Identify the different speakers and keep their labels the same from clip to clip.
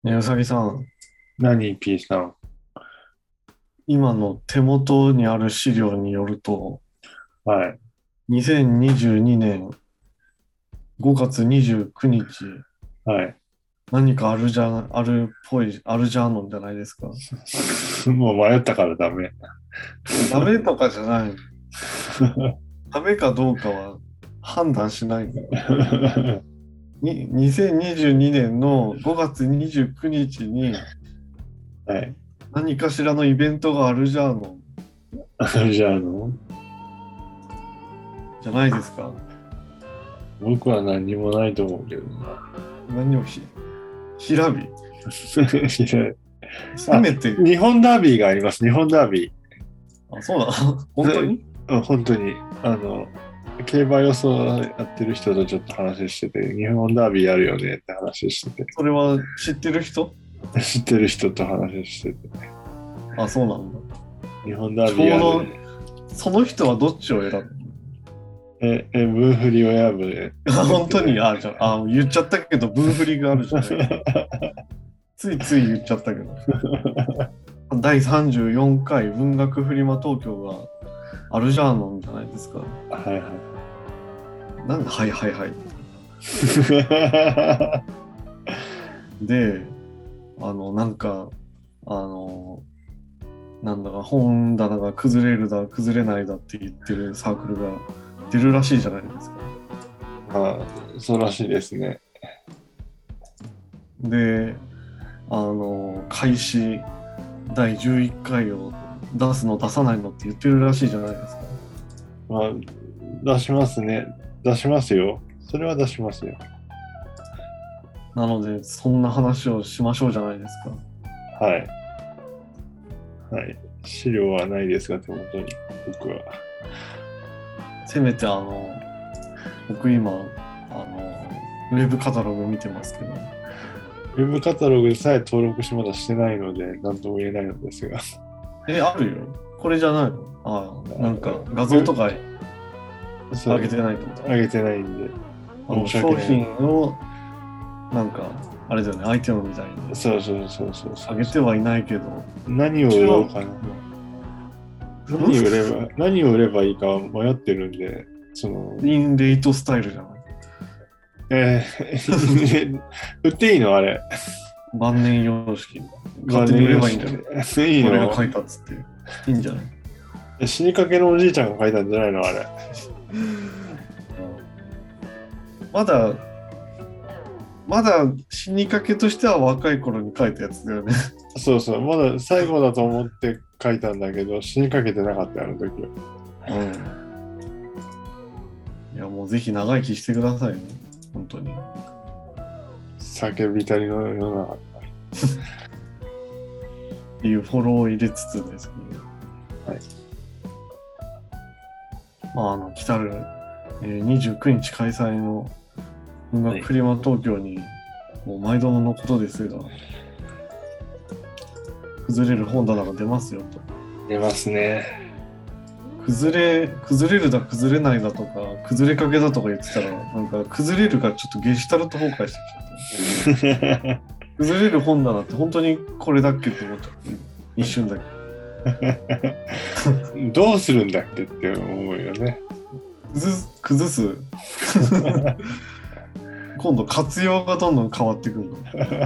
Speaker 1: ね、うさぎさん、
Speaker 2: 何 P さん。
Speaker 1: 今の手元にある資料によると、
Speaker 2: はい。
Speaker 1: 2022年5月29日、
Speaker 2: はい。
Speaker 1: 何かあるじゃん、あるっぽい、あるじゃんのじゃないですか。
Speaker 2: もう迷ったからダメ。
Speaker 1: ダメとかじゃない。ダメかどうかは判断しないの。2022年の5月29日に
Speaker 2: はい。
Speaker 1: 何かしらのイベントがあるじゃんの、
Speaker 2: じゃあ
Speaker 1: じゃないですか。
Speaker 2: 僕は何にもないと思うけどな。
Speaker 1: 何をひらび。
Speaker 2: あ、
Speaker 1: せめて、
Speaker 2: 日本ダービーがあります。日本ダービ
Speaker 1: あ、そうだ。本当
Speaker 2: ー。
Speaker 1: に
Speaker 2: 本当に、競馬予想やってる人とちょっと話してて、日本ダービーあるよねって話して
Speaker 1: それは知ってる人？
Speaker 2: て、知ってる人と話してて、
Speaker 1: あ、そうなんだ。
Speaker 2: 日本ダー
Speaker 1: ち
Speaker 2: ビー
Speaker 1: ょうど、
Speaker 2: あるね。
Speaker 1: その人はどっちを選ぶ？
Speaker 2: 分振りを選ぶ
Speaker 1: あ、本当に、
Speaker 2: ですね。
Speaker 1: あ、じゃあ、言っちゃったけど、分振りがあるじゃないですか。ついつい言っちゃったけど。第34回文学フリマ東京があるじゃんのんじゃないですか。
Speaker 2: はいは
Speaker 1: なんで、はいはいはい。
Speaker 2: い。
Speaker 1: で、なんか、あの、なんだか本棚が崩れるだ、崩れないだって言ってるサークルが出るらしいじゃないですか。
Speaker 2: まあ、そうらしいですね。
Speaker 1: で、開始第11回を出すの出さないのって言ってるらしいじゃないですか。
Speaker 2: まあ、出しますね。出しますよ。それは出しますよ。
Speaker 1: なので、そんな話をしましょうじゃないですか。
Speaker 2: はい。はい。資料はないですが、手元に、僕は。
Speaker 1: せめて僕今、ウェブカタログ見てますけど、
Speaker 2: ウェブカタログさえ登録しまだしてないので、何とも言えないのですが。
Speaker 1: あるよ。これじゃないの？なんか画像とか
Speaker 2: そう、
Speaker 1: 上げてないってこ
Speaker 2: あげてないんで、
Speaker 1: と？
Speaker 2: 申し訳
Speaker 1: 商
Speaker 2: ない。
Speaker 1: 品を、なんか、あれだよね、アイテムみたいに
Speaker 2: そうそうそうそうそう。
Speaker 1: 上げてはいないけど、
Speaker 2: 何を売
Speaker 1: 一応、
Speaker 2: ろうかな。何を売ればいいか迷ってるんで、
Speaker 1: インレイトスタイルじゃない？
Speaker 2: 売っていいのあれ。
Speaker 1: 万年様式。勝
Speaker 2: 万
Speaker 1: 手に売れ
Speaker 2: 年よし。
Speaker 1: ばいいんじゃない？
Speaker 2: いいの？
Speaker 1: 俺が書いたっつって。いいんじゃない？
Speaker 2: 死にかけのおじいちゃんが書いたんじゃないのあれ。
Speaker 1: まだ、まだ死にかけとしては若い頃に書いたやつだよね。
Speaker 2: そうそう。まだ最後だと思って書いたんだけど、死にかけてなかったよ、あの時は。
Speaker 1: うん。いや、もうぜひ長生きしてくださいね。本当に。っ
Speaker 2: 叫びたりの世の中。
Speaker 1: ていうフォローを入れつつですね。
Speaker 2: はい。
Speaker 1: まあ、来たる、29日開催の文
Speaker 2: はい。
Speaker 1: 学フリマ東京に、もう毎度のことですが、崩れる本棚が出ますよと。
Speaker 2: 出ますね。
Speaker 1: 崩れるだ、崩れないだとか、崩れかけだとか言ってたら、なんか、崩れるがちょっとゲシュタルト崩壊してきちゃった。崩れる本棚って本当にこれだっけって思っちゃって、一瞬だけ。
Speaker 2: どうするんだっけって思うよね。
Speaker 1: 崩す。今度活用がどんどん変わってくるの。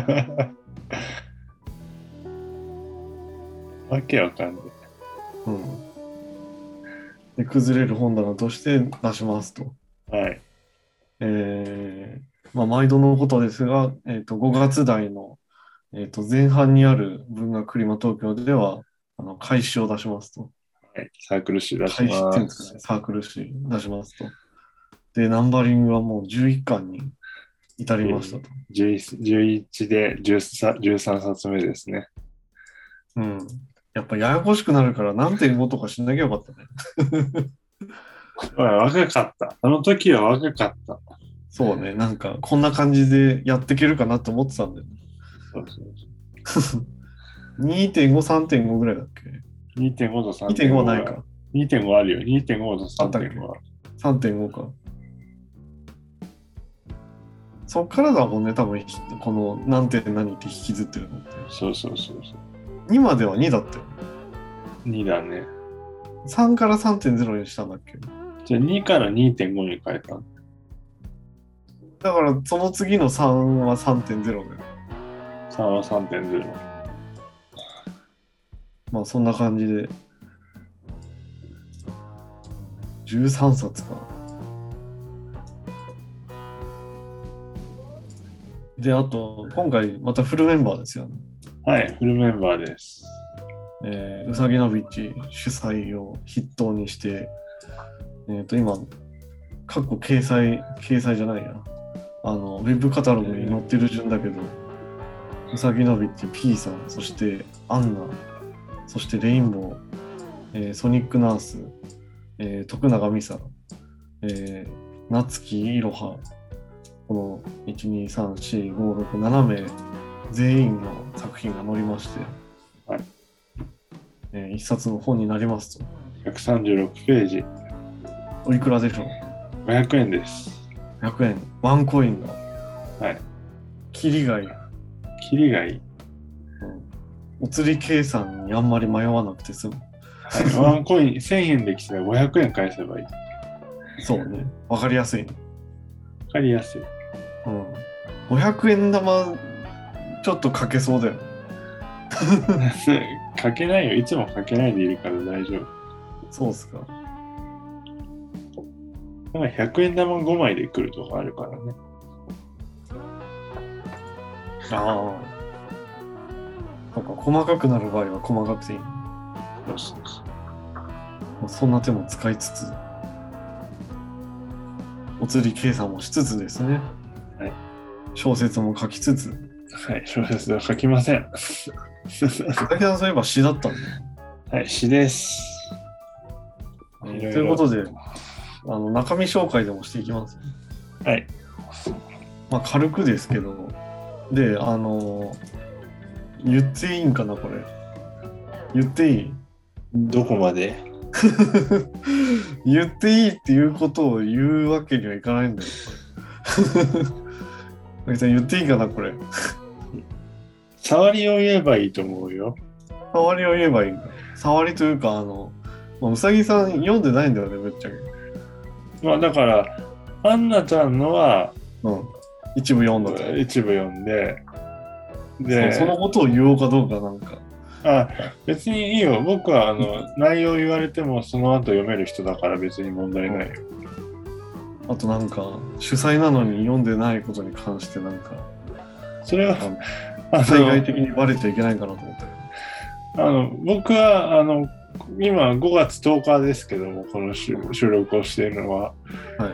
Speaker 2: わけわかんない。
Speaker 1: うん。で、崩れる本棚として出しますと。
Speaker 2: はい。
Speaker 1: まあ、毎度のことですが、5月台の、前半にある文学フリマ東京では、開始を出しますと。
Speaker 2: はい。サークル誌出し
Speaker 1: 開始っていうん
Speaker 2: ます。
Speaker 1: ですかね、サークル誌出しますと。で、ナンバリングはもう11巻に至りましたと。
Speaker 2: 11で13冊目ですね。
Speaker 1: うん。やっぱややこしくなるから何点5とかしなきゃよかったね。
Speaker 2: 若かった。あの時は若かった。
Speaker 1: そうね、なんかこんな感じでやっていけるかなと思ってたんだよね。
Speaker 2: そうそう
Speaker 1: 2.5、3.5ぐらいだっけ？
Speaker 2: 2.5と
Speaker 1: 2.5 は
Speaker 2: 3.5が、
Speaker 1: ないか。
Speaker 2: 2.5あるよ。2.5と
Speaker 1: あったっけ？
Speaker 2: 3.5は。
Speaker 1: 3.5 か。 そっからだもんね、多分この何点何って引きずってるのって。
Speaker 2: そうそうそうそう。
Speaker 1: 2までは2だったよ。
Speaker 2: 2だね。
Speaker 1: 3から3.0にしたんだっけ。
Speaker 2: じゃあ2から2.5に変えた。
Speaker 1: だからその次の3は3.0だよ。
Speaker 2: 3は3.0。
Speaker 1: まあそんな感じで。13冊か。で、あと、今回またフルメンバーですよね。
Speaker 2: はい、フルメンバーです。
Speaker 1: うさぎのビッチ主催を筆頭にして、今、過去掲載じゃないや。ウェブカタログに載ってる順だけど、うさぎのビッチ P さん、そしてアンナ、そしてレインボー、ソニックナース、徳永美沙、夏木いろは、この1、2、3、4、5、6、7名全員の作品が載りまして、
Speaker 2: はい
Speaker 1: 一冊の本になりますと。
Speaker 2: 136ページ。
Speaker 1: おいくらでしょう
Speaker 2: 500円です。
Speaker 1: ？100円。ワンコインが。
Speaker 2: はい。
Speaker 1: キリがいい。
Speaker 2: キリがいい。
Speaker 1: お釣り計算にあんまり迷わなくて済む。
Speaker 2: はい、ワンコイン1000円できたら500円返せばいい。
Speaker 1: そうね。わかりやすいね。
Speaker 2: わかりやすい。
Speaker 1: 500円玉ちょっとかけそうだよ。
Speaker 2: かけないよ。いつもかけないでいるから大丈夫。
Speaker 1: そうっすか。
Speaker 2: なんか100円玉5枚で来るとかあるからね。
Speaker 1: ああ。なんか細かくなる場合は細かくていい。
Speaker 2: そうそうそう。
Speaker 1: そんな手も使いつつ、お釣り計算もしつつですね。
Speaker 2: はい。
Speaker 1: 小説も書きつつ。
Speaker 2: はい、小説は書きません。
Speaker 1: だけどそういえば詩だったんだ。
Speaker 2: はい、詩です。
Speaker 1: ということで、中身紹介でもしていきます。
Speaker 2: はい。
Speaker 1: まあ軽くですけど、で、言っていいんかな、これ。言っていい？
Speaker 2: どこまで？
Speaker 1: 言っていいっていうことを言うわけにはいかないんだよ。言っていいかな、これ。
Speaker 2: 触りを言えばいいと思うよ。
Speaker 1: 触りを言えばいいんだ。触りというか、うさぎさん読んでないんだよね、ぶっちゃけ。
Speaker 2: まあだから、アンナちゃんのは、
Speaker 1: 一部読んだと。
Speaker 2: 一部読んで、で、
Speaker 1: そのことを言おうかどうかなんか。
Speaker 2: 別にいいよ。僕は内容言われてもその後読める人だから別に問題ないよ。
Speaker 1: あとなんか、主催なのに読んでないことに関してなんか、
Speaker 2: それは、
Speaker 1: 対外的にバレちゃいけないかなと思ったけ
Speaker 2: ど。僕は、今5月10日ですけども、この収録をしているのは、
Speaker 1: はい。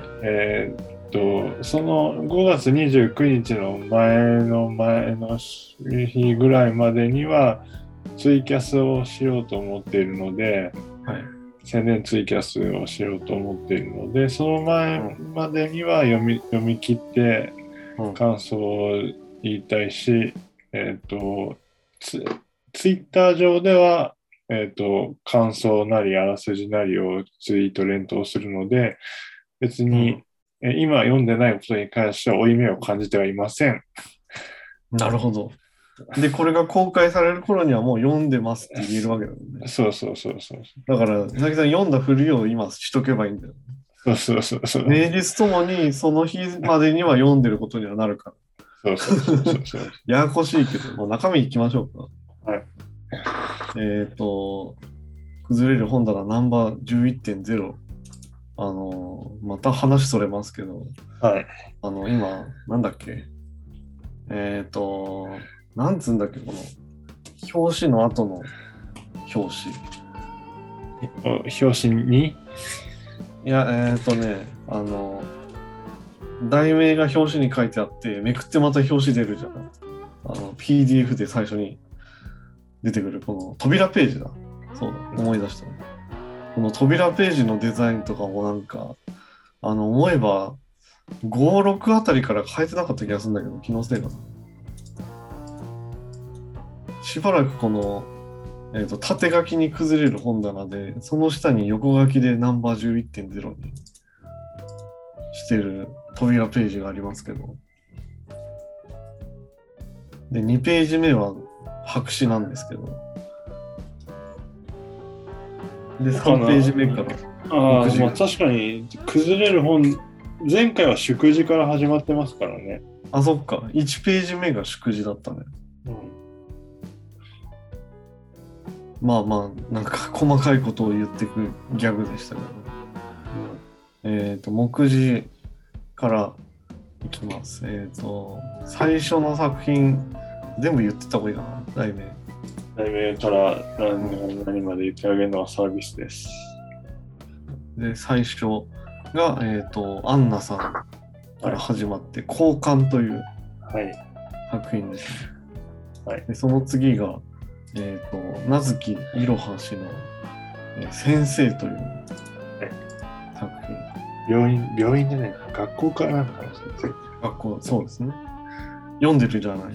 Speaker 2: その5月29日の前の日ぐらいまでにはツイキャスをしようと思っているので、
Speaker 1: はい、
Speaker 2: 宣伝ツイキャスをしようと思っているので、その前までには読み切って感想を言いたいし、ツイッター上では、感想なりあらすじなりをツイート連投するので、別に、今読んでないことに関しては負い目を感じてはいません。
Speaker 1: なるほど。で、これが公開される頃にはもう読んでますって言えるわけだもんね。
Speaker 2: そうそう。
Speaker 1: だから、佐々木さん読んだふりを今しとけばいいんだよ。
Speaker 2: そう。
Speaker 1: 名実ともにその日までには読んでることにはなるから。そう。ややこしいけど、もう中身いきましょうか。
Speaker 2: はい。
Speaker 1: 崩れる本棚ナンバー 11.0。また話それますけど、
Speaker 2: はい。
Speaker 1: 今、なんだっけなんつうんだっけ、この、表紙の後の表
Speaker 2: 紙。表紙に？
Speaker 1: いや、題名が表紙に書いてあって、めくってまた表紙出るじゃん。PDF で最初に出てくる、この扉ページだ。そうだ、思い出した。この扉ページのデザインとかもなんか、思えば、5、6あたりから変えてなかった気がするんだけど、気のせいかな。しばらくこの、縦書きに崩れる本棚で、その下に横書きでナンバー 11.0 にしてる扉ページがありますけど、 で、2ページ目は白紙なんですけど、で、3ページ目から
Speaker 2: ああ、
Speaker 1: 目次が。
Speaker 2: まあ確かに崩れる本、前回は祝辞から始まってますからね。
Speaker 1: あ、そっか。1ページ目が祝辞だったね。
Speaker 2: うん
Speaker 1: まあまあ、なんか細かいことを言ってくギャグでしたけど。目次からいきます。最初の作品、全部言ってた方がいいかな、題名。
Speaker 2: 題名から何まで言ってあげるのはサービスです。
Speaker 1: で、最初が、アンナさんから始まって、交換という
Speaker 2: はい。
Speaker 1: 作品ですね。
Speaker 2: はい
Speaker 1: で、その次が、名月いろは氏の、先生という作品。
Speaker 2: 病院じゃないか、学校からなんかもしれない。
Speaker 1: 学校、そうですね。読んでるじゃない。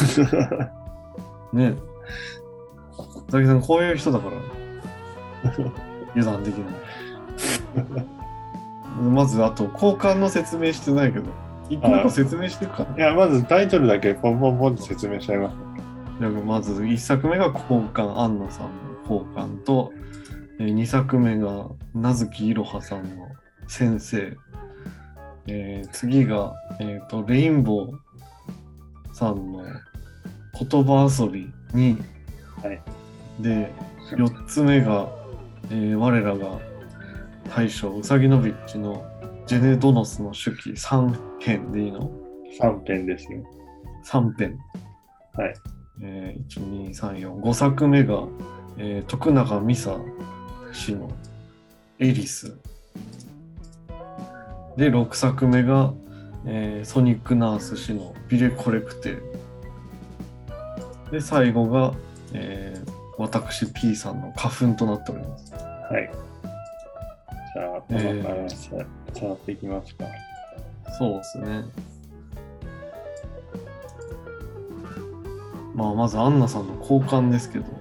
Speaker 1: ね。佐々木さん、こういう人だから、油断できない。まず、あと、交換の説明してないけど、一個一個説明してるかな。
Speaker 2: いや、まずタイトルだけポンポンポンと説明しちゃいます。
Speaker 1: まず1作目が交換、安野さんの交換と、2作目が名月いろはさんの先生、次が、レインボーさんの言葉遊びに、
Speaker 2: はい、
Speaker 1: で4つ目が、我らが大将うさぎのビッチのジェネドノスの手記3編でいいの
Speaker 2: ?3 編ですね。
Speaker 1: 3編。
Speaker 2: はい。
Speaker 1: 1、2、3、4、5作目が、徳永美沙氏のエリス。で、6作目が、ソニックナース氏のビレコレクテ。で、最後が、私 P さんの花粉となっております。
Speaker 2: はい。じゃあ、このから触っていきますか。
Speaker 1: そうですね。まずアンナさんの交換ですけど、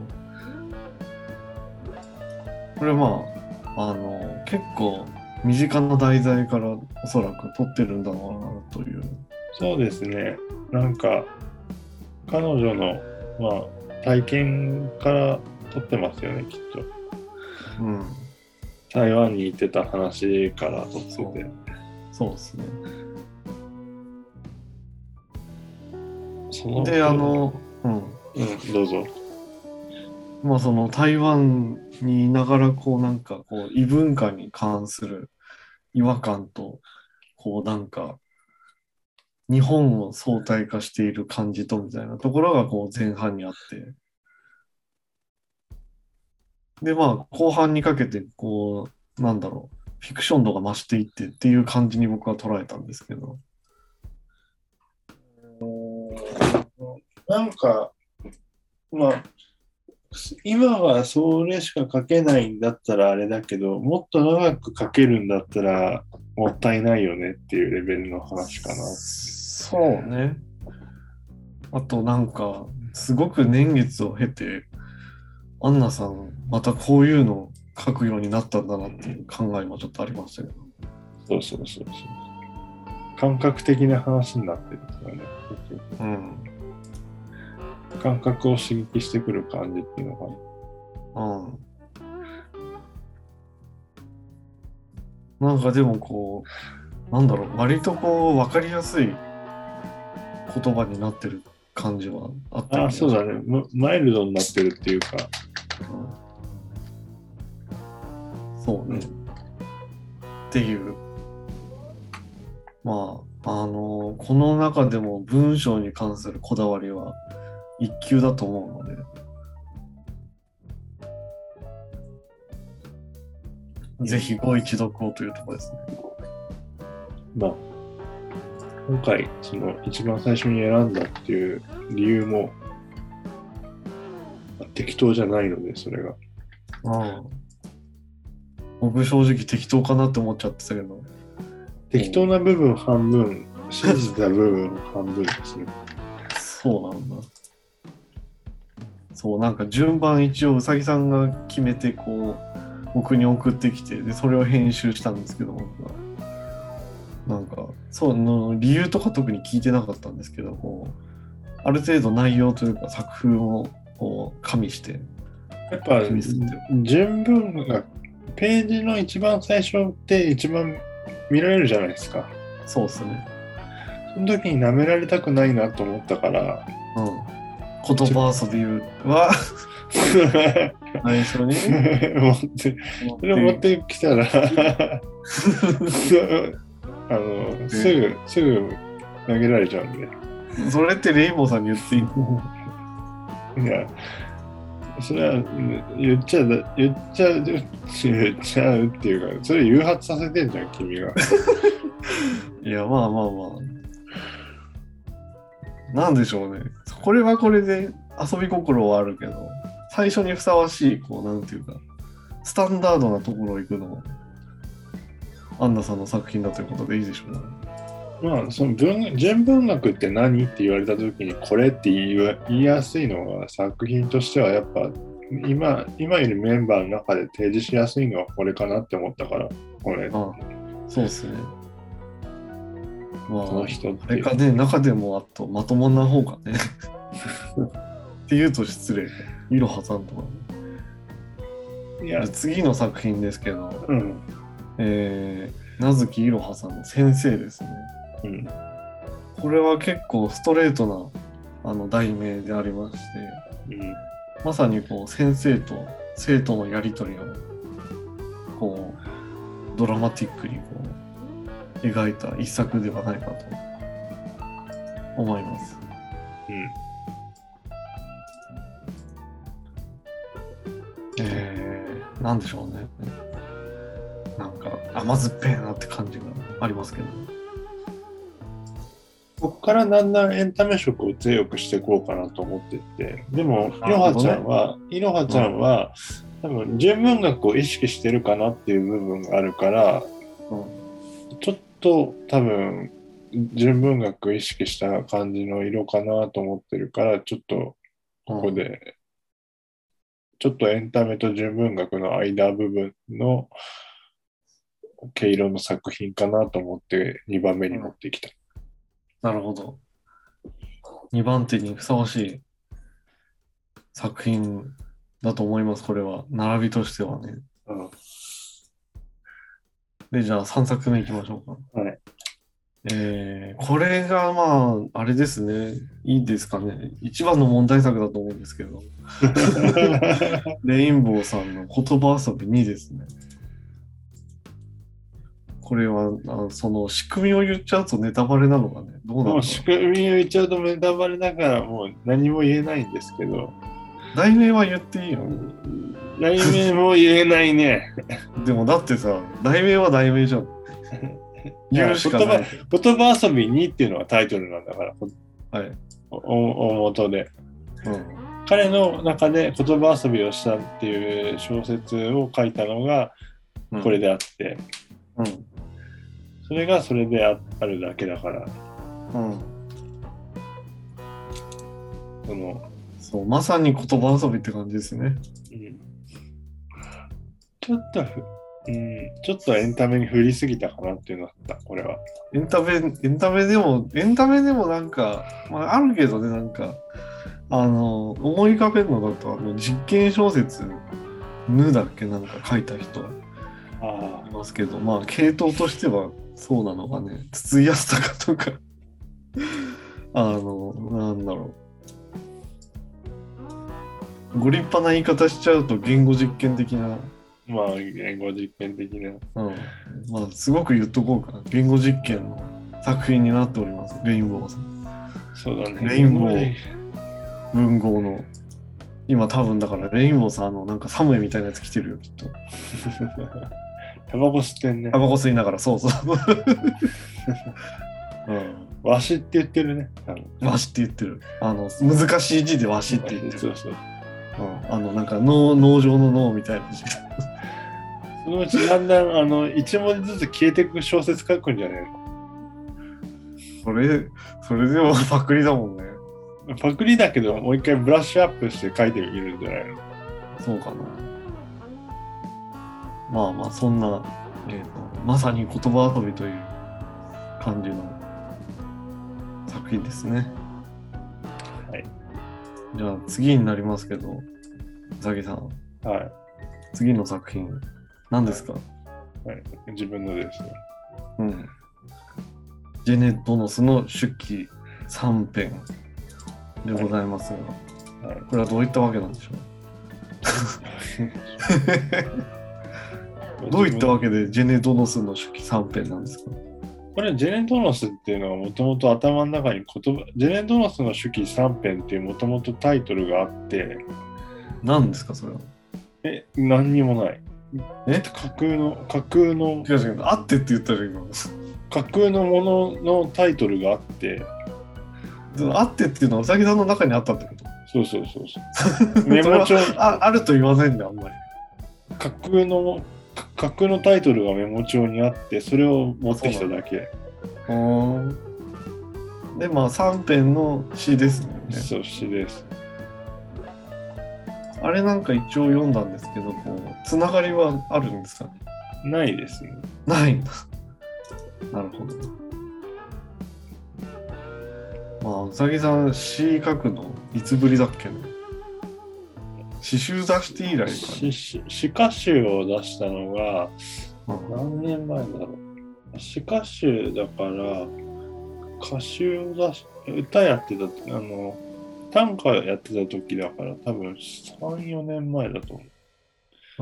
Speaker 1: これ結構身近な題材からおそらく取ってるんだろうなという。
Speaker 2: そうですね。なんか、彼女の、体験から取ってますよね、きっと。
Speaker 1: うん。
Speaker 2: 台湾に行ってた話から取ってて。
Speaker 1: そうですね。
Speaker 2: で、どうぞ。
Speaker 1: その台湾にいながら異文化に関する違和感と日本を相対化している感じとみたいなところが前半にあって、で後半にかけてフィクション度が増していってっていう感じに僕は捉えたんですけど。
Speaker 2: なんか、今はそれしか書けないんだったらあれだけど、もっと長く書けるんだったらもったいないよねっていうレベルの話かな。
Speaker 1: そうね。あとすごく年月を経て、アンナさん、またこういうのを書くようになったんだなっていう考えもちょっとありましたけど。
Speaker 2: そう。感覚的な話になってるんですよね。
Speaker 1: うん。
Speaker 2: 感覚を刺激してくる感じっていうの
Speaker 1: かな。でも割と分かりやすい言葉になってる感じはあったり。
Speaker 2: あ、そうだね。マイルドになってるっていうか。
Speaker 1: そうね。っていう。この中でも文章に関するこだわりは一級だと思うので、ぜひご一読をというところですね。
Speaker 2: 今回その一番最初に選んだっていう理由も適当じゃないので、それが。
Speaker 1: 僕正直適当かなって思っちゃってたけど。
Speaker 2: 適当な部分半分、信じた部分半分ですね。
Speaker 1: そうなんだ。そう順番一応うさぎさんが決めて僕に送ってきて、でそれを編集したんですけど、僕はそうの理由とか特に聞いてなかったんですけど、 ある程度内容というか作風をこう加味して
Speaker 2: やっぱ
Speaker 1: 組み付けてる。
Speaker 2: 純文学、ページの一番最初って一番見られるじゃないですか。
Speaker 1: そうですね。
Speaker 2: その時に舐められたくないなと思ったから、
Speaker 1: うん。言葉遊びは最初に
Speaker 2: それを持ってきたらすぐ投げられちゃうんで。
Speaker 1: それってレインボーさんに言っていいの？
Speaker 2: いや、それは言っちゃうっていうか、それ誘発させてんじゃん、君が。
Speaker 1: いや、まあまあまあ。なんでしょうね。これはこれで遊び心はあるけど、最初にふさわしい、こう、なんていうか、スタンダードなところ行くのは、アンナさんの作品だということでいいでしょうね。
Speaker 2: まあ、その純文学って何って言われたときに、これって言いやすいのが、作品としてはやっぱ、今いるメンバーの中で提示しやすいのはこれかなって思ったから、これ。
Speaker 1: ああ、そうですね。まあ、
Speaker 2: この人って
Speaker 1: あれかね、中でもあとまともな方がね。って言うと失礼。いろはさんとか、ね。
Speaker 2: いや、
Speaker 1: 次の作品ですけど、
Speaker 2: うん。
Speaker 1: 名月いろはさんの先生ですね。
Speaker 2: うん。
Speaker 1: これは結構ストレートな題名でありまして、
Speaker 2: うん。
Speaker 1: まさにこう先生と生徒のやり取りをこうドラマティックにこう描いた一作ではないかと思います。なんでしょうね。なんか甘酸っぱいなって感じがありますけど。
Speaker 2: ここからだんだんエンタメ色を強くしていこうかなと思ってて、でも、いろはちゃんは、多分、純文学を意識してるかなっていう部分があるから、ちょっと多分、純文学を意識した感じの色かなと思ってるから、ちょっと、ここで、ちょっとエンタメと純文学の間部分の毛色の作品かなと思って2番目に持ってきた。
Speaker 1: なるほど。2番手にふさわしい作品だと思います、これは。並びとしてはね。
Speaker 2: うん、
Speaker 1: で、じゃあ3作目いきましょうか。
Speaker 2: はい。
Speaker 1: これがまあ、あれですね。いいですかね。一番の問題作だと思うんですけど。レインボーさんの言葉遊び2ですね。これはその仕組みを言っちゃうとネタバレなのかね。どうなのかな。
Speaker 2: もう仕組みを言っちゃうとネタバレだからもう何も言えないんですけど。
Speaker 1: 題名は言っていいの？
Speaker 2: 題名も言えないね。
Speaker 1: でもだってさ、題名は題名じゃん。言うしかない。
Speaker 2: 言葉遊び2っていうのがタイトルなんだから。
Speaker 1: はい。
Speaker 2: 大元で。
Speaker 1: うん。
Speaker 2: 彼の中で言葉遊びをしたっていう小説を書いたのがこれであって、
Speaker 1: うん。
Speaker 2: それがそれであるだけだから、
Speaker 1: うん。そう、まさに言葉遊びって感じですね。
Speaker 2: うん、ちょっとエンタメに振りすぎたかなっていうのだった、これは。
Speaker 1: エンタメでもなんか、まあ、あるけどね、なんか、思い浮かべるのだと、実験小説、ぬだっけなんか書いた人いますけど、まあ、系統としてはそうなのかね、筒井康隆とか、なんだろう。ご立派な言い方しちゃうと言語実験的な。
Speaker 2: まあ、言語実験的な。
Speaker 1: まあ、すごく言っとこうかな。言語実験の作品になっております。レインボーさん。
Speaker 2: そうだね。
Speaker 1: レインボー文豪の。今多分だからレインボーさんなんかサムエみたいなやつ着てるよ、きっと。
Speaker 2: タバコ吸ってんね。
Speaker 1: タバコ吸いながら、そうそう。
Speaker 2: わしって言ってるね。
Speaker 1: わしって言ってる。難しい字でわしって言ってる。
Speaker 2: そうそう。
Speaker 1: なんか農場の農みたいな字。
Speaker 2: そのうちだんだん一文字ずつ消えていく小説書くんじゃねえの？
Speaker 1: それでもパクリだもんね。
Speaker 2: パクリだけどもう一回ブラッシュアップして書いてみるんじゃないの？
Speaker 1: そうかな。まあまあそんな、まさに言葉遊びという感じの作品ですね。 じゃあ次になりますけど、うさぎさん、
Speaker 2: は
Speaker 1: 次の作品、何ですか？
Speaker 2: い。はい、自分のですね。
Speaker 1: うん。ジェネ・ドノスの手記3編でございますが、
Speaker 2: はい。
Speaker 1: これはどういったわけなんでしょう？どういったわけでジェネ・ドノスの手記3編なんですか？
Speaker 2: これ、ジェネ・ドノスっていうのはもともと頭の中にジェネ・ドノスの手記3編っていうもともとタイトルがあって、
Speaker 1: 何ですかそれは？
Speaker 2: 何にもない。
Speaker 1: え
Speaker 2: 架空の
Speaker 1: 違う違う、あってって言ったら今。
Speaker 2: 架空のもののタイトルがあって、
Speaker 1: あってっていうのはうさぎさんの中にあったってこと？
Speaker 2: そうそうそうそう。メモ帳
Speaker 1: それはあると言わないんだあんまり。
Speaker 2: 架空のタイトルがメモ帳にあって、それを持ってきただけ。
Speaker 1: でまあ3編の詩ですよね。
Speaker 2: そう詩です。
Speaker 1: あれなんか一応読んだんですけど、こうつながりはあるんですかね？
Speaker 2: ないですね。
Speaker 1: ないんだ。なるほど。まあうさぎさん詩書くのいつぶりだっけね？詩集出して以来かね。
Speaker 2: 詩歌集を出したのが
Speaker 1: うん
Speaker 2: 何年前だろう。詩歌集だから歌集を出し歌やってた短歌やってた時だから多分3、4年前だと思う。
Speaker 1: うん。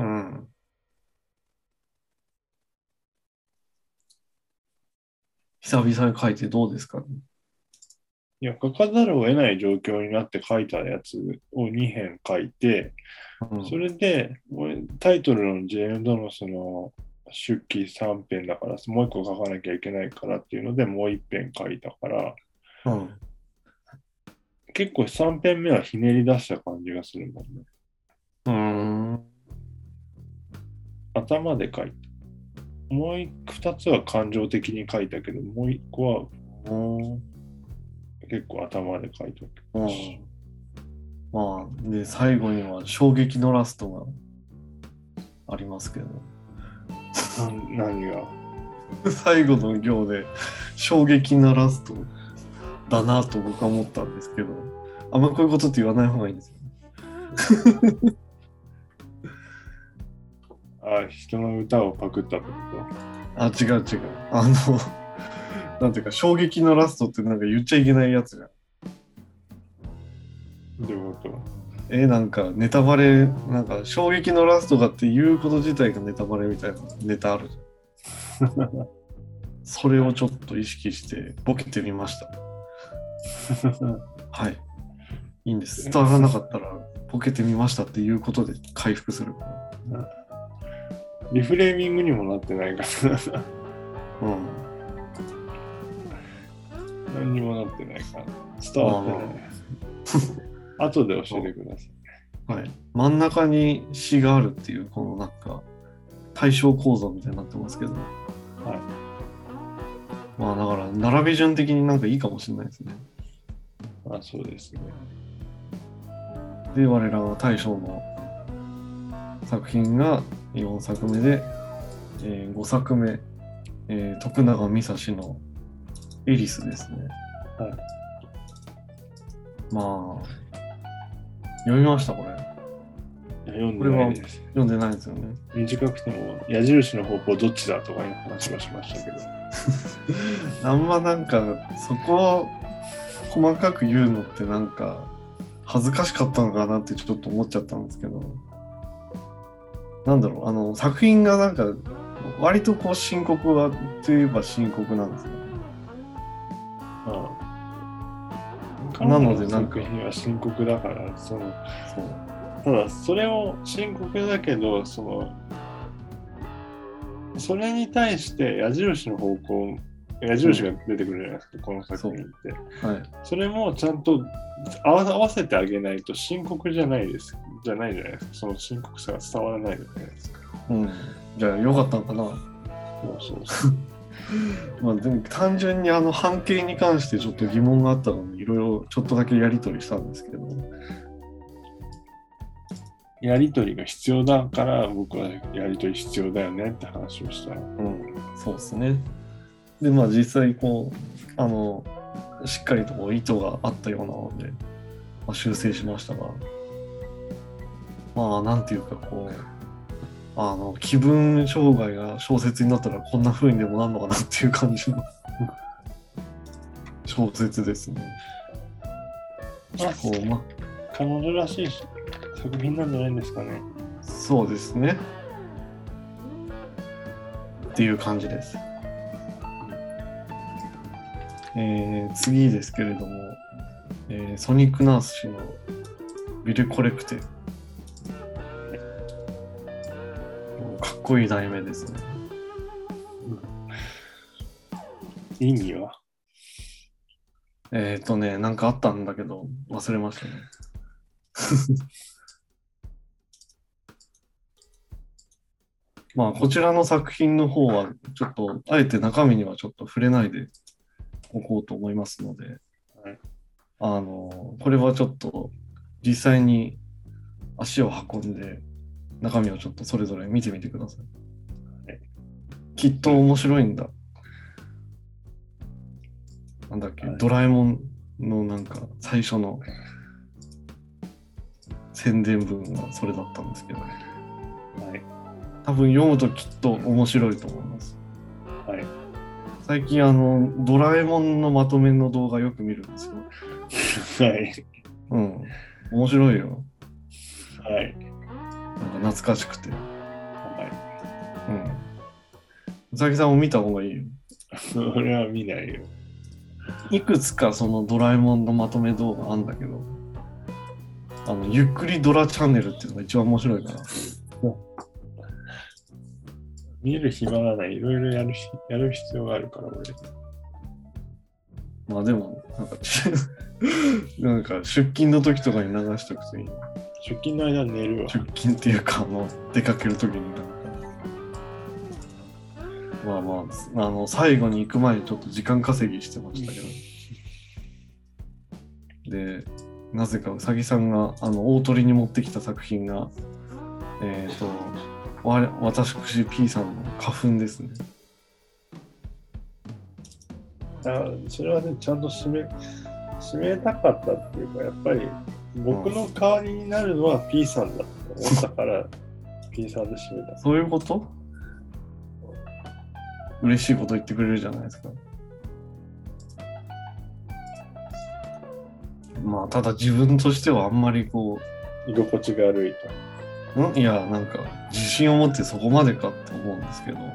Speaker 1: 久々に書いてどうですかね？
Speaker 2: いや、書かざるを得ない状況になって書いたやつを2編書いて、それで、タイトルのジェーン・ドノスの出記3編だから、もう1個書かなきゃいけないからっていうので、もう1編書いたから、
Speaker 1: うん。
Speaker 2: 結構3編目はひねり出した感じがするもんね。頭で書いた。もう2つは感情的に書いたけど、もう1個は結構頭で書いた。
Speaker 1: まあ、で、最後には衝撃のラストがありますけど。
Speaker 2: 何が
Speaker 1: 最後の行で衝撃なラストだなと僕は思ったんですけど、あんまこういうことって言わない方がいいんですよね。
Speaker 2: 人の歌をパクったってこ
Speaker 1: 違う違う。なんていうか、衝撃のラストってなんか言っちゃいけないやつじゃん。
Speaker 2: と？どういうこと？
Speaker 1: なんかネタバレ、なんか衝撃のラストだっていうこと自体がネタバレみたいなネタあるじゃん。それをちょっと意識してボケてみました。はい。いいんです。伝わらなかったらボケてみましたっていうことで回復する。
Speaker 2: リフレーミングにもなってないから
Speaker 1: うん。
Speaker 2: 何にもなってないから伝わってない。後で教えてください。
Speaker 1: はい。真ん中に詩があるっていう、このなんか対称構造みたいになってますけど。はい。まあだから並び順的になんかいいかもしれないですね。
Speaker 2: そうですね。
Speaker 1: で、我らは大将の作品が4作目で、5作目、徳永美佐のエリスですね。
Speaker 2: はい。
Speaker 1: まあ、読みましたこれ。
Speaker 2: 読んでないです。
Speaker 1: 読んでないですよね。
Speaker 2: 短くても矢印の方向どっちだとかいう話はしましたけど。
Speaker 1: あんまなんかそこを細かく言うのってなんか恥ずかしかったのかなってちょっと思っちゃったんですけど、なんだろう、作品がなんか割とこう深刻はといえば深刻なんですよ。なのでなんか
Speaker 2: 作品は深刻だからただそれを深刻だけどそれに対して矢印が出てくるじゃないですか、この作品って。
Speaker 1: はい。
Speaker 2: それもちゃんと合わせてあげないと深刻じゃないじゃないですか。その深刻さが伝わらないじゃないですか。
Speaker 1: じゃあよかったのかな。
Speaker 2: そう
Speaker 1: まあでも単純に半径に関してちょっと疑問があったのでいろいろちょっとだけやり取りしたんですけど、
Speaker 2: やり取りが必要だから僕はやり取り必要だよねって話をした。
Speaker 1: そうですね。でまあ実際こうしっかりとこう意図があったようなので、 修正しましたが、まあなんていうかこう、気分障害が小説になったらこんな風にでもなるのかなっていう感じの小説ですね。こう
Speaker 2: 彼女らしい作品なんじゃないんですかね。
Speaker 1: そうですね。っていう感じです。次ですけれども、ソニックナース氏のビルコレクテ。かっこいい題名ですね。
Speaker 2: 意味は
Speaker 1: なんかあったんだけど忘れましたね。まあこちらの作品の方はちょっとあえて中身にはちょっと触れないでおこうと思いますので、
Speaker 2: はい、
Speaker 1: これはちょっと実際に足を運んで中身をちょっとそれぞれ見てみてください。はい、きっと面白いんだ。なんだっけ、はい、ドラえもんのなんか最初の宣伝文がそれだったんですけど、はい、多分読むときっと面白いと思います。はい、最近ドラえもんのまとめの動画よく見るんですよ。はい。うん。面白いよ。はい。なんか懐かしくて。はい。うん。うさぎさんも見た方がいいよ。
Speaker 2: 俺は見ないよ。
Speaker 1: いくつかそのドラえもんのまとめ動画あんだけど、ゆっくりドラチャンネルっていうのが一番面白いから。
Speaker 2: 見る暇がない。いろいろやる必要があるから、俺。
Speaker 1: まあでも、なんか出勤の時とかに流しておくといい。
Speaker 2: 出勤の間寝るわ。
Speaker 1: 出勤っていうか、出かける時になんか。まあまあ、最後に行く前にちょっと時間稼ぎしてましたけど。で、なぜかうさぎさんが大鳥に持ってきた作品が、私 P さんの花粉ですね。
Speaker 2: それはね、ちゃんと締めたかったっていうか、やっぱり僕の代わりになるのは P さんだと思ったから、P さんで締めた。
Speaker 1: そういうこと？嬉しいこと言ってくれるじゃないですか。まあ、ただ自分としてはあんまりこ
Speaker 2: う、居心地が悪い
Speaker 1: と。いや、なんか、自信を持ってそこまでかって思うんですけど。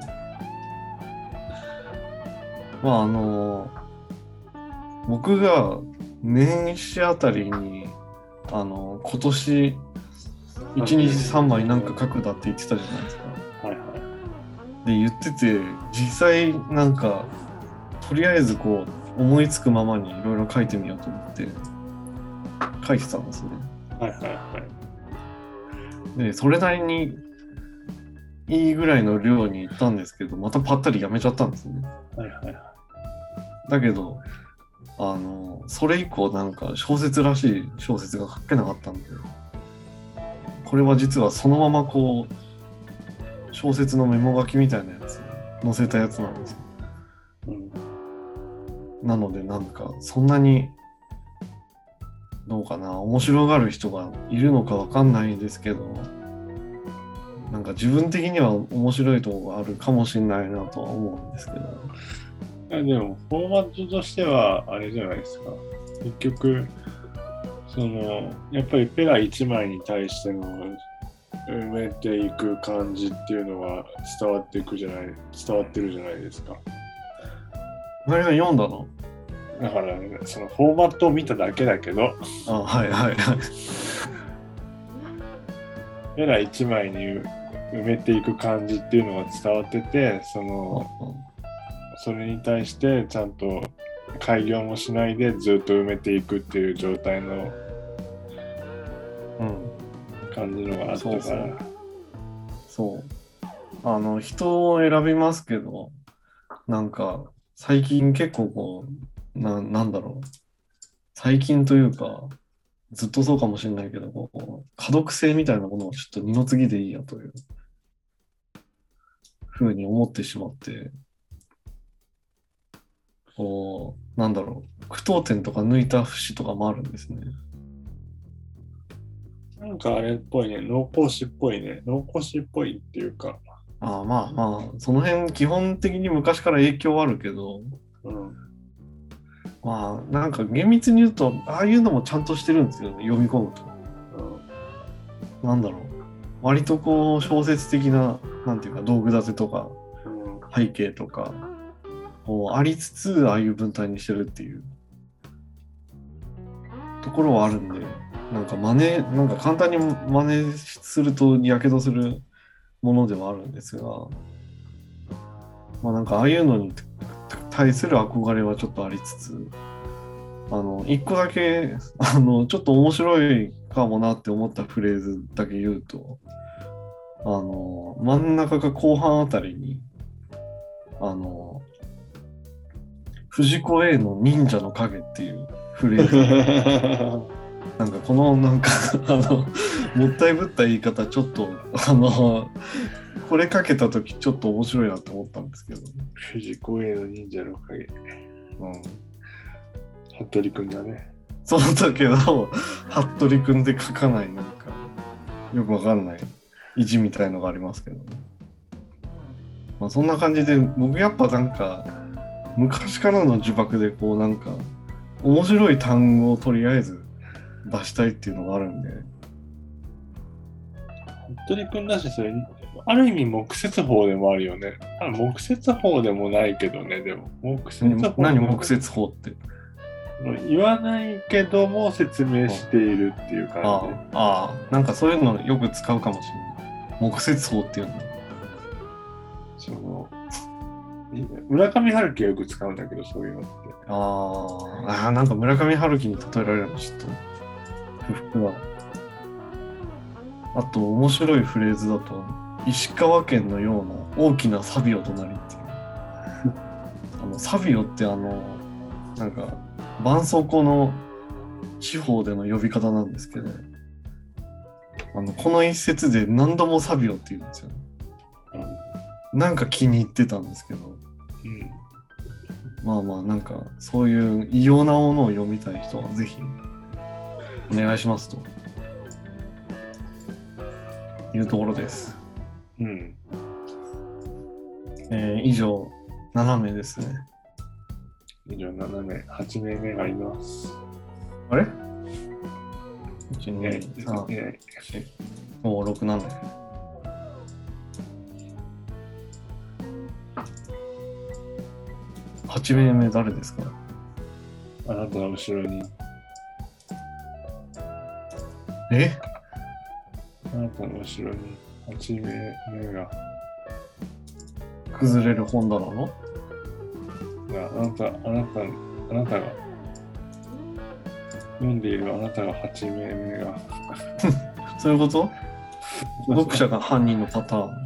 Speaker 1: まあ、僕が年始あたりに、今年、1日3枚なんか書くだって言ってたじゃないですか。はいはい。で、言ってて、実際なんか、とりあえずこう、思いつくままにいろいろ書いてみようと思って、書いてたんですね。はいはいはい。で、それなりにいいぐらいの量に行ったんですけど、またパッタリやめちゃったんですね。はいはいはい。だけど、それ以降なんか小説らしい小説が書けなかったんで、これは実はそのままこう、小説のメモ書きみたいなやつ載せたやつなんですよ。なのでなんかそんなにどうかな、面白がる人がいるのかわかんないですけど、なんか自分的には面白いところがあるかもしれないなとは思うんですけど。
Speaker 2: でもフォーマットとしてはあれじゃないですか。結局やっぱりペラ1枚に対しての埋めていく感じっていうのは伝わってるじゃないですか。
Speaker 1: あれが読んだの？
Speaker 2: だから、ね、そのフォーマットを見ただけだけど、
Speaker 1: はいはいはい。
Speaker 2: ペラ1枚に埋めていく感じっていうのが伝わってて、それに対してちゃんと改行もしないでずっと埋めていくっていう状態の感じのがあったから。
Speaker 1: そう。人を選びますけど、なんか最近結構こう、なんだろう。最近というか、ずっとそうかもしれないけど、こう可読性みたいなものをちょっと二の次でいいやというふうに思ってしまって、こう、なんだろう。句読点とか抜いた節とかもあるんですね。
Speaker 2: なんかあれっぽいね、脳講師っぽいね、脳講師っぽいっていうか、
Speaker 1: ああ、まあまあ、その辺基本的に昔から影響はあるけど、
Speaker 2: うん、
Speaker 1: まあなんか厳密に言うと、ああいうのもちゃんとしてるんですよね、読み込むと。なんだろう。割とこう小説的な、なんていうか道具立てとか
Speaker 2: うん、
Speaker 1: 背景とか、こうありつつ、ああいう文体にしてるっていうところはあるんで、なんかなんか簡単に真似するとやけどするものではあるんですが、まあなんかああいうのに対する憧れはちょっとありつつ、一個だけ、ちょっと面白いかもなって思ったフレーズだけ言うと、真ん中か後半あたりに、あの、藤子 A の忍者の影っていうフレーズ。なんかこのなんかもったいぶった言い方ちょっとこれかけた時ちょっと面白いなと思ったんですけど、
Speaker 2: 藤子 A の忍者の影、
Speaker 1: うん、
Speaker 2: 服部君だね。
Speaker 1: そうだけど服部君で書かないなんかよくわかんない意地みたいのがありますけどね。まあそんな感じで僕やっぱなんか昔からの呪縛でこうなんか面白い単語をとりあえず出したいっていうのがあるんで。
Speaker 2: 服部君だし、それ、ある意味木節法でもあるよね。木節法でもないけどね、でも。木節法
Speaker 1: 何木節法って。
Speaker 2: 言わないけども説明しているっていう感
Speaker 1: じ。なんかそういうのよく使うかもしれない。木節法っていうの。
Speaker 2: その、村上春樹がよく使うんだけど、そういうのって。
Speaker 1: なんか村上春樹に例えられるのちょっと不服だ。あと面白いフレーズだと、石川県のような大きなサビオとなりっていう。サビオってなんか、絆創膏の地方での呼び方なんですけど、この一節で何度もサビオって言うんですよね。なんか気に入ってたんですけど、まあまあなんかそういう異様なものを読みたい人はぜひお願いしますというところです。以上7名ですね。
Speaker 2: 以上7名、8名目がいます。
Speaker 1: あれ ?1、2、3、4、5、6、7名。8名目誰ですか？
Speaker 2: あなたの後ろに。あなたの後ろに8名目が。
Speaker 1: 崩れる本棚の？
Speaker 2: あなたが読んでいるあなたが8名目が。
Speaker 1: そういうこと？読者が犯人のパターン。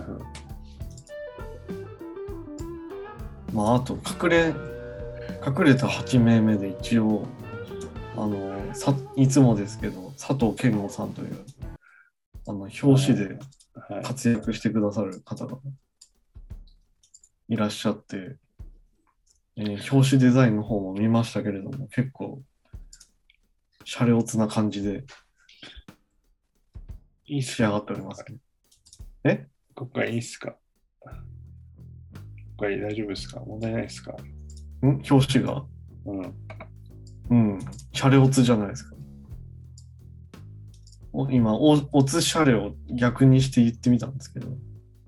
Speaker 1: まああと隠れた8名目で一応いつもですけど佐藤健吾さんという表紙で活躍してくださる方がいらっしゃって、表紙デザインの方も見ましたけれども結構シャレオツな感じで仕上がっておりますね。
Speaker 2: 今回いいっすか？今回大丈夫ですか？問題ないですか？
Speaker 1: 表紙がシャレオツじゃないですか。今オツシャレを逆にして言ってみたんですけど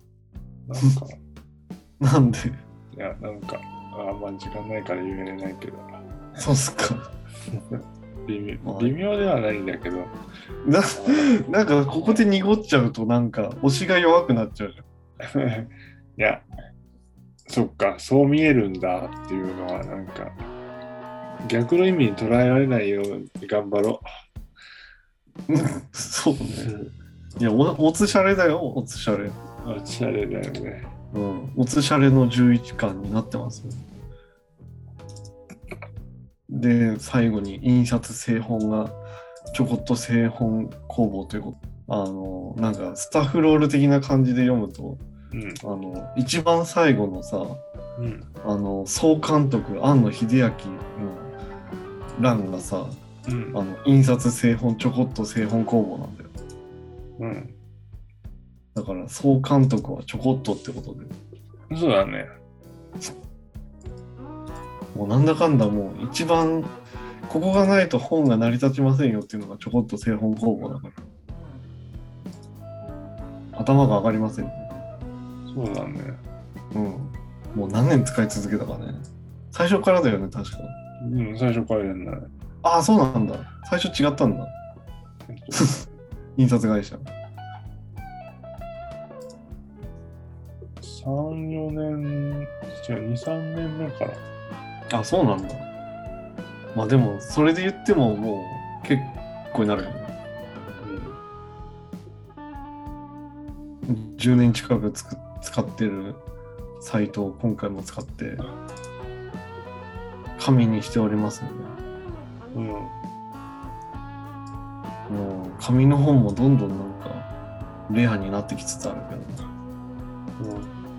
Speaker 1: なんで？
Speaker 2: いやなんかあんま時間ないから言えないけど。
Speaker 1: そうっすか。
Speaker 2: 微妙ではないんだけど
Speaker 1: なんかここで濁っちゃうとなんか推しが弱くなっちゃうじゃん。
Speaker 2: いやそっかそう見えるんだっていうのはなんか逆の意味に捉えられないように頑張ろ
Speaker 1: う。そうね。いやオツシャレだよ。オツシャレ。
Speaker 2: オツシャレだよね。
Speaker 1: オツシャレの11巻になってますよ。で最後に印刷製本がちょこっと製本工房ということなんかスタッフロール的な感じで読むと、一番最後のさ、総監督庵野秀明の欄がさ、印刷製本ちょこっと製本工房なんだよ。
Speaker 2: うん。
Speaker 1: だから総監督はちょこっとってことで、
Speaker 2: そうだね。
Speaker 1: もうなんだかんだもう一番ここがないと本が成り立ちませんよっていうのがちょこっと製本工房だから、頭が上がりませんね。
Speaker 2: そうだね。
Speaker 1: うん。もう何年使い続けたかね。最初からだよね、確か。
Speaker 2: うん、最初からやんない。
Speaker 1: ああ、そうなんだ。最初違ったんだ。印刷会社。
Speaker 2: 3、4年、違う、2、3年目から。
Speaker 1: あ、そうなんだ。まあでも、それで言ってももう結構になるよね。10年近く使ってるサイトを今回も使って紙にしておりますので、
Speaker 2: うん。
Speaker 1: もう紙の本もどんどんなんかレアになってきつつあるけど、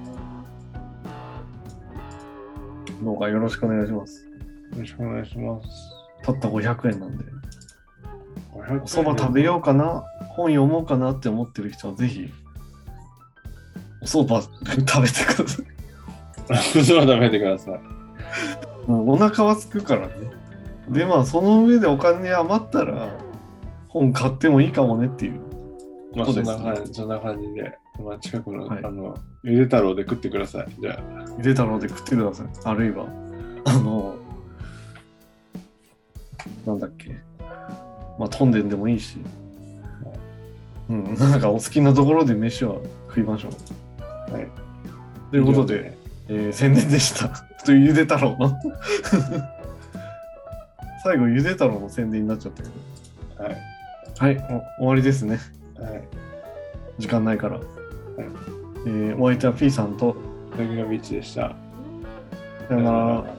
Speaker 1: どうかよろしくお願いします。
Speaker 2: よろしくお願いします。
Speaker 1: たった500円なんで、
Speaker 2: 500円
Speaker 1: おそば食べようかな、本読もうかなって思ってる人はぜひおそば食べてください。
Speaker 2: そば食べてください。
Speaker 1: もうお腹はすくからね。でまあその上でお金余ったら本買ってもいいかもねっていう。
Speaker 2: まあ
Speaker 1: そうです
Speaker 2: そんな感じ、そんな感じで、まあ近くの、
Speaker 1: はい
Speaker 2: ゆで太郎で食ってください。じゃあ。
Speaker 1: ゆで太郎で食ってください。あるいはなんだっけ、まあトンデンでもいいし、なんかお好きなところで飯は食いましょう。
Speaker 2: はい。
Speaker 1: ということで、宣伝でした。というゆで太郎の最後ゆで太郎の宣伝になっちゃったけど、
Speaker 2: はい。
Speaker 1: はい、終わりですね。
Speaker 2: はい。
Speaker 1: 時間ないから。お相手は P さんと、
Speaker 2: 次のビーチでした。
Speaker 1: さよなら。